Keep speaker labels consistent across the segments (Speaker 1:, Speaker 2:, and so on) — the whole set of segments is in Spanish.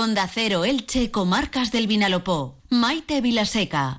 Speaker 1: Onda Cero Elche, Comarcas del Vinalopó. Maite Vilaseca.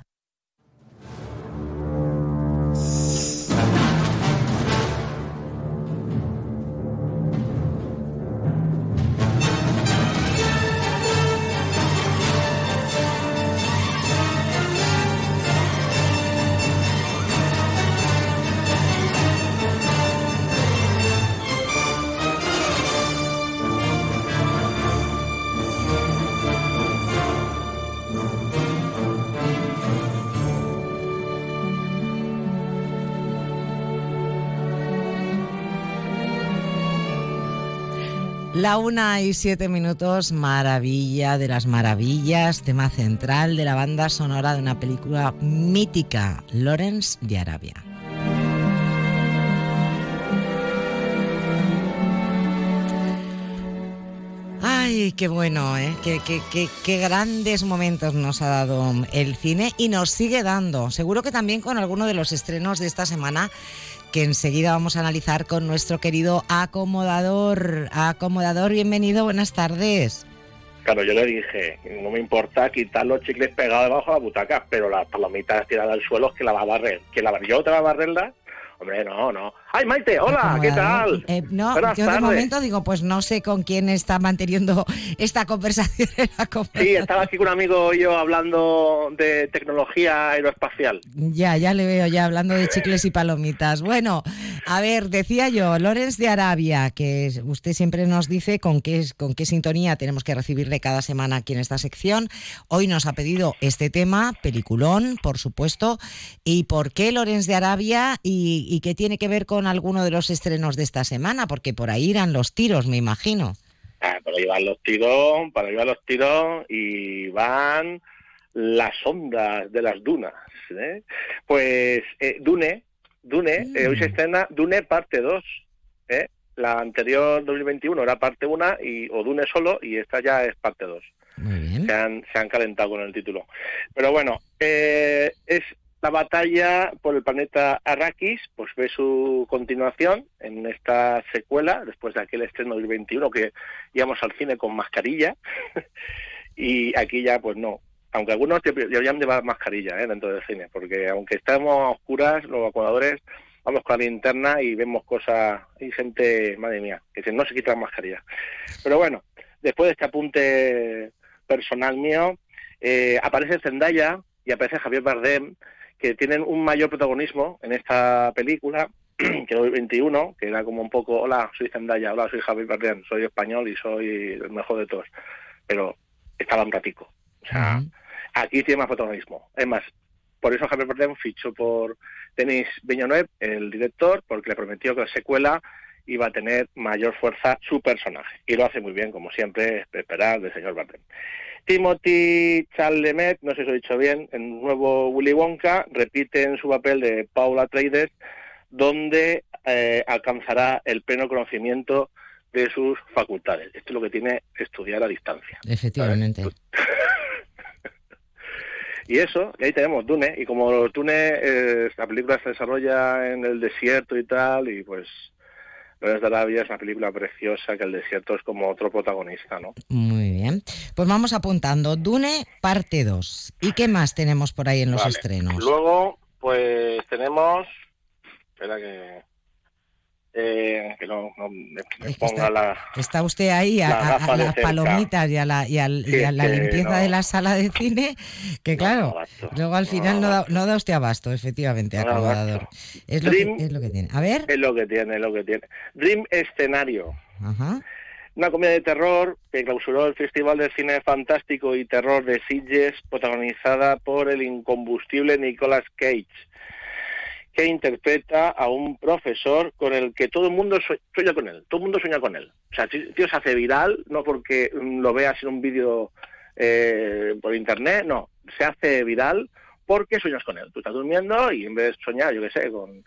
Speaker 2: La 1:07, maravilla de las maravillas, tema central de la banda sonora de una película mítica, Lawrence de Arabia. Ay, qué bueno, ¿eh? Qué grandes momentos nos ha dado el cine y nos sigue dando. Seguro que también con alguno de los estrenos de esta semana que enseguida vamos a analizar con nuestro querido acomodador. Acomodador, bienvenido, buenas tardes.
Speaker 3: Claro, yo le dije, no me importa quitar los chicles pegados debajo de la butaca, pero las palomitas tiradas al suelo es que la va a barrer. ¿Que la barrió otra va a barrerla? Hombre, no. ¡Ay, Maite! ¡Hola! ¿Qué tal?
Speaker 2: No,
Speaker 3: Buenas
Speaker 2: yo
Speaker 3: tardes.
Speaker 2: de momento digo, pues no sé con quién está manteniendo esta conversación.
Speaker 3: Sí, estaba aquí con un amigo yo hablando de tecnología aeroespacial.
Speaker 2: Ya le veo ya hablando de chicles y palomitas. Bueno, a ver, decía yo, Lawrence de Arabia, que usted siempre nos dice con qué sintonía tenemos que recibirle cada semana aquí en esta sección. Hoy nos ha pedido este tema, peliculón, por supuesto. ¿Y por qué Lawrence de Arabia y qué tiene que ver con alguno de los estrenos de esta semana? Porque por ahí irán los tiros, me imagino.
Speaker 3: Para ahí van los tiros y van las ondas de las dunas, ¿eh? Pues Dune, hoy se estrena Dune parte 2, ¿eh? La anterior 2021 era parte 1 o Dune solo, y esta ya es parte 2.
Speaker 2: Muy bien.
Speaker 3: Se han calentado con el título. Pero bueno, es la batalla por el planeta Arrakis, pues ve su continuación en esta secuela, después de aquel estreno del 21 que íbamos al cine con mascarilla, y aquí ya pues no, aunque algunos deberían llevar mascarilla dentro del cine, porque aunque estamos a oscuras, los acomodadores vamos con la linterna y vemos cosas, hay gente, madre mía, que no se quita la mascarilla. Pero bueno, después de este apunte personal mío, aparece Zendaya y aparece Javier Bardem, que tienen un mayor protagonismo en esta película que el 21, que era como un poco, hola, soy Zendaya, hola, soy Javier Bardem, soy español y soy el mejor de todos, pero estaba un ratico. O sea, aquí tiene más protagonismo. Es más, por eso Javier Bardem fichó por Denis Villeneuve, el director, porque le prometió que la secuela iba a tener mayor fuerza su personaje. Y lo hace muy bien, como siempre, esperar del señor Bardem. Timothy Chalamet, no sé si lo he dicho bien, en un nuevo Willy Wonka, repite en su papel de Paul Atreides, donde alcanzará el pleno conocimiento de sus facultades. Esto es lo que tiene estudiar a distancia.
Speaker 2: Efectivamente.
Speaker 3: Y eso, y ahí tenemos Dune, y como Dune, la película se desarrolla en el desierto y tal, y pues Lawrence de Arabia es una película preciosa, que el desierto es como otro protagonista, ¿no?
Speaker 2: Muy bien. Pues vamos apuntando. Dune, parte 2. ¿Y qué más tenemos por ahí en los estrenos?
Speaker 3: Luego, pues tenemos... Espera que no me ponga la...
Speaker 2: Está usted ahí a las palomitas y a la limpieza de la sala de cine, que claro, luego al final no da usted abasto, efectivamente, acomodador. Es lo que tiene. A ver.
Speaker 3: Es lo que tiene. Dream Escenario.
Speaker 2: Ajá.
Speaker 3: Una comedia de terror que clausuró el Festival de Cine Fantástico y Terror de Sitges, protagonizada por el incombustible Nicolas Cage, que interpreta a un profesor con el que todo el mundo sueña con él. Todo el mundo sueña con él. O sea, el tío se hace viral, no porque lo veas en un vídeo por internet, no. Se hace viral porque sueñas con él. Tú estás durmiendo y en vez de soñar, yo qué sé, con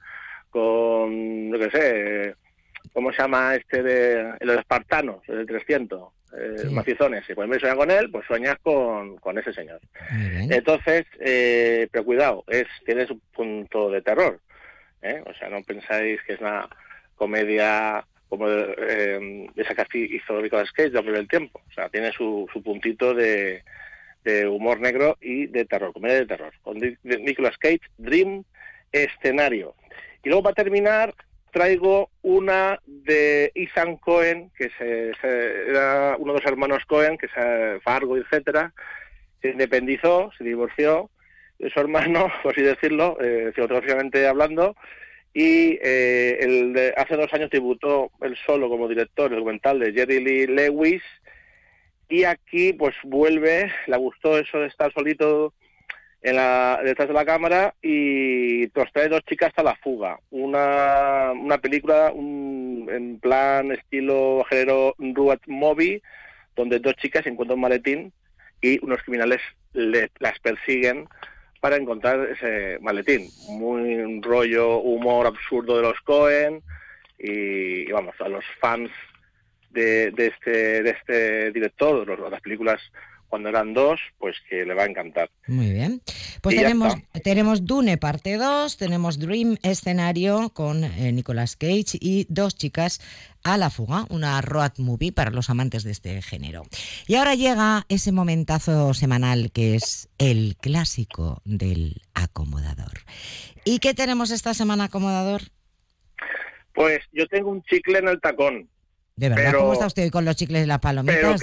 Speaker 3: ¿cómo se llama de los espartanos, el 300?
Speaker 2: Sí.
Speaker 3: Macizones. Y pues en vez de soñar con él, pues sueñas con ese señor. Entonces, pero cuidado, tiene su punto de terror, ¿eh? O sea, no pensáis que es una comedia como esa que hizo Nicolas Cage, de Hombre del Tiempo. O sea, tiene su puntito de humor negro y de terror, comedia de terror. Con Nicolas Cage, Dream Escenario. Y luego, para terminar, traigo una de Ethan Coen, que era uno de los hermanos Coen, que es Fargo, etcétera. Se independizó, se divorció de su hermano, por así decirlo, cinematográficamente hablando, y hace 2 años debutó él solo como director el documental de Jerry Lee Lewis, y aquí pues vuelve, le gustó eso de estar solito detrás de la cámara, y nos trae 2 chicas a la fuga, una película en plan estilo género road movie, donde 2 chicas encuentran un maletín y unos criminales las persiguen para encontrar ese maletín. Muy un rollo humor absurdo de los Coen, y vamos, a los fans de este director, de las películas cuando eran 2, pues que le va a encantar.
Speaker 2: Muy bien. Pues tenemos Dune parte 2, tenemos Dream Escenario con Nicolas Cage y 2 chicas a la fuga, una road movie para los amantes de este género. Y ahora llega ese momentazo semanal que es el clásico del acomodador. ¿Y qué tenemos esta semana, acomodador?
Speaker 3: Pues yo tengo un chicle en el tacón.
Speaker 2: ¿De verdad? ¿Cómo está usted hoy con los chicles y las palomitas?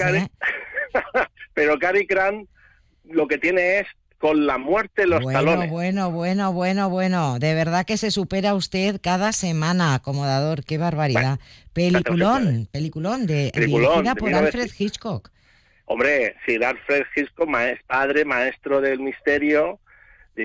Speaker 3: Pero Cary Grant lo que tiene es con la muerte en los talones.
Speaker 2: Bueno. De verdad que se supera usted cada semana, acomodador. Qué barbaridad. Bueno, peliculón dirigida por Alfred Hitchcock.
Speaker 3: Hombre, sí, Alfred Hitchcock, maestro del misterio, de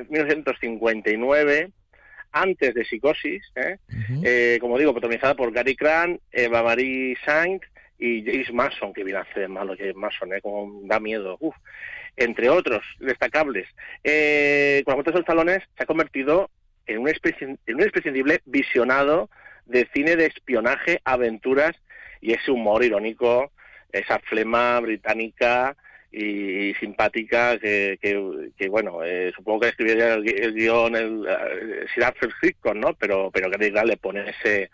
Speaker 3: 1959, antes de Psicosis, como digo, protagonizada por Cary Grant, Eva Marie Saint y James Mason, que viene a hacer malo James Mason, como da miedo, entre otros destacables. Con la muerte de los talones se ha convertido en un imprescindible visionado de cine de espionaje, aventuras y ese humor irónico, esa flema británica y simpática que bueno, supongo que escribiría el guión Sir Alfred Hitchcock, ¿no? Pero Cary Grant le pone ese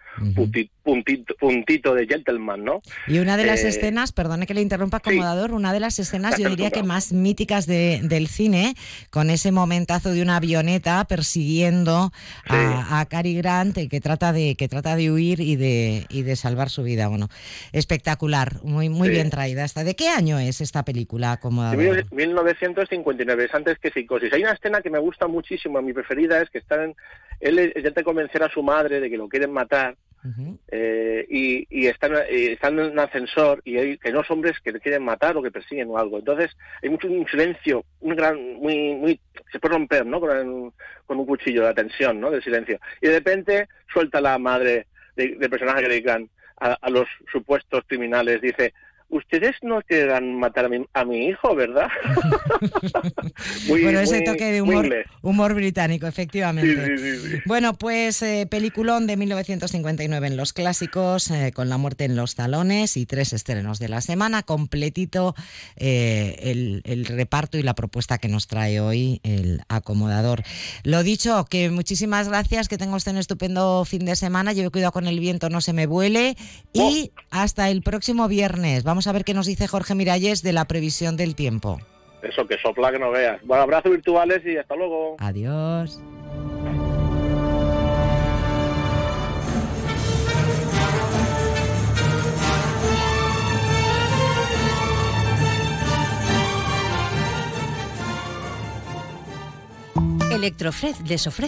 Speaker 3: puntito de gentleman, ¿no?
Speaker 2: Y una de las escenas, perdone que le interrumpa, acomodador, una de las escenas yo diría que más míticas del cine, con ese momentazo de una avioneta persiguiendo a Cary Grant, que trata de huir y de salvar su vida. Bueno, espectacular, muy bien traída esta. ¿De qué año es esta película, acomodador?
Speaker 3: 1959, es antes que Psicosis. Hay una escena que me gusta muchísimo, mi preferida, es que él intenta convencer a su madre de que lo quieren matar. Y están en un ascensor y hay que dos hombres que le quieren matar o que persiguen o algo. Entonces hay un silencio, muy se puede romper, ¿no? Con un cuchillo, la tensión, ¿no? Del silencio. Y de repente suelta la madre del personaje que le dedican a los supuestos criminales, dice: ustedes no quieran matar a mi hijo, ¿verdad?
Speaker 2: Bueno, ese toque de humor británico, efectivamente. Sí. Bueno, pues peliculón de 1959 en los clásicos, con la muerte en los talones y 3 estrenos de la semana, completito el reparto y la propuesta que nos trae hoy el acomodador. Lo dicho, que muchísimas gracias, que tenga usted un estupendo fin de semana, lleve cuidado con el viento, no se me vuele, y hasta el próximo viernes. Vamos a ver qué nos dice Jorge Miralles de la previsión del tiempo.
Speaker 3: Eso, que sopla que no veas. Bueno, abrazos virtuales y hasta luego.
Speaker 2: Adiós.
Speaker 4: Electrofred les ofrece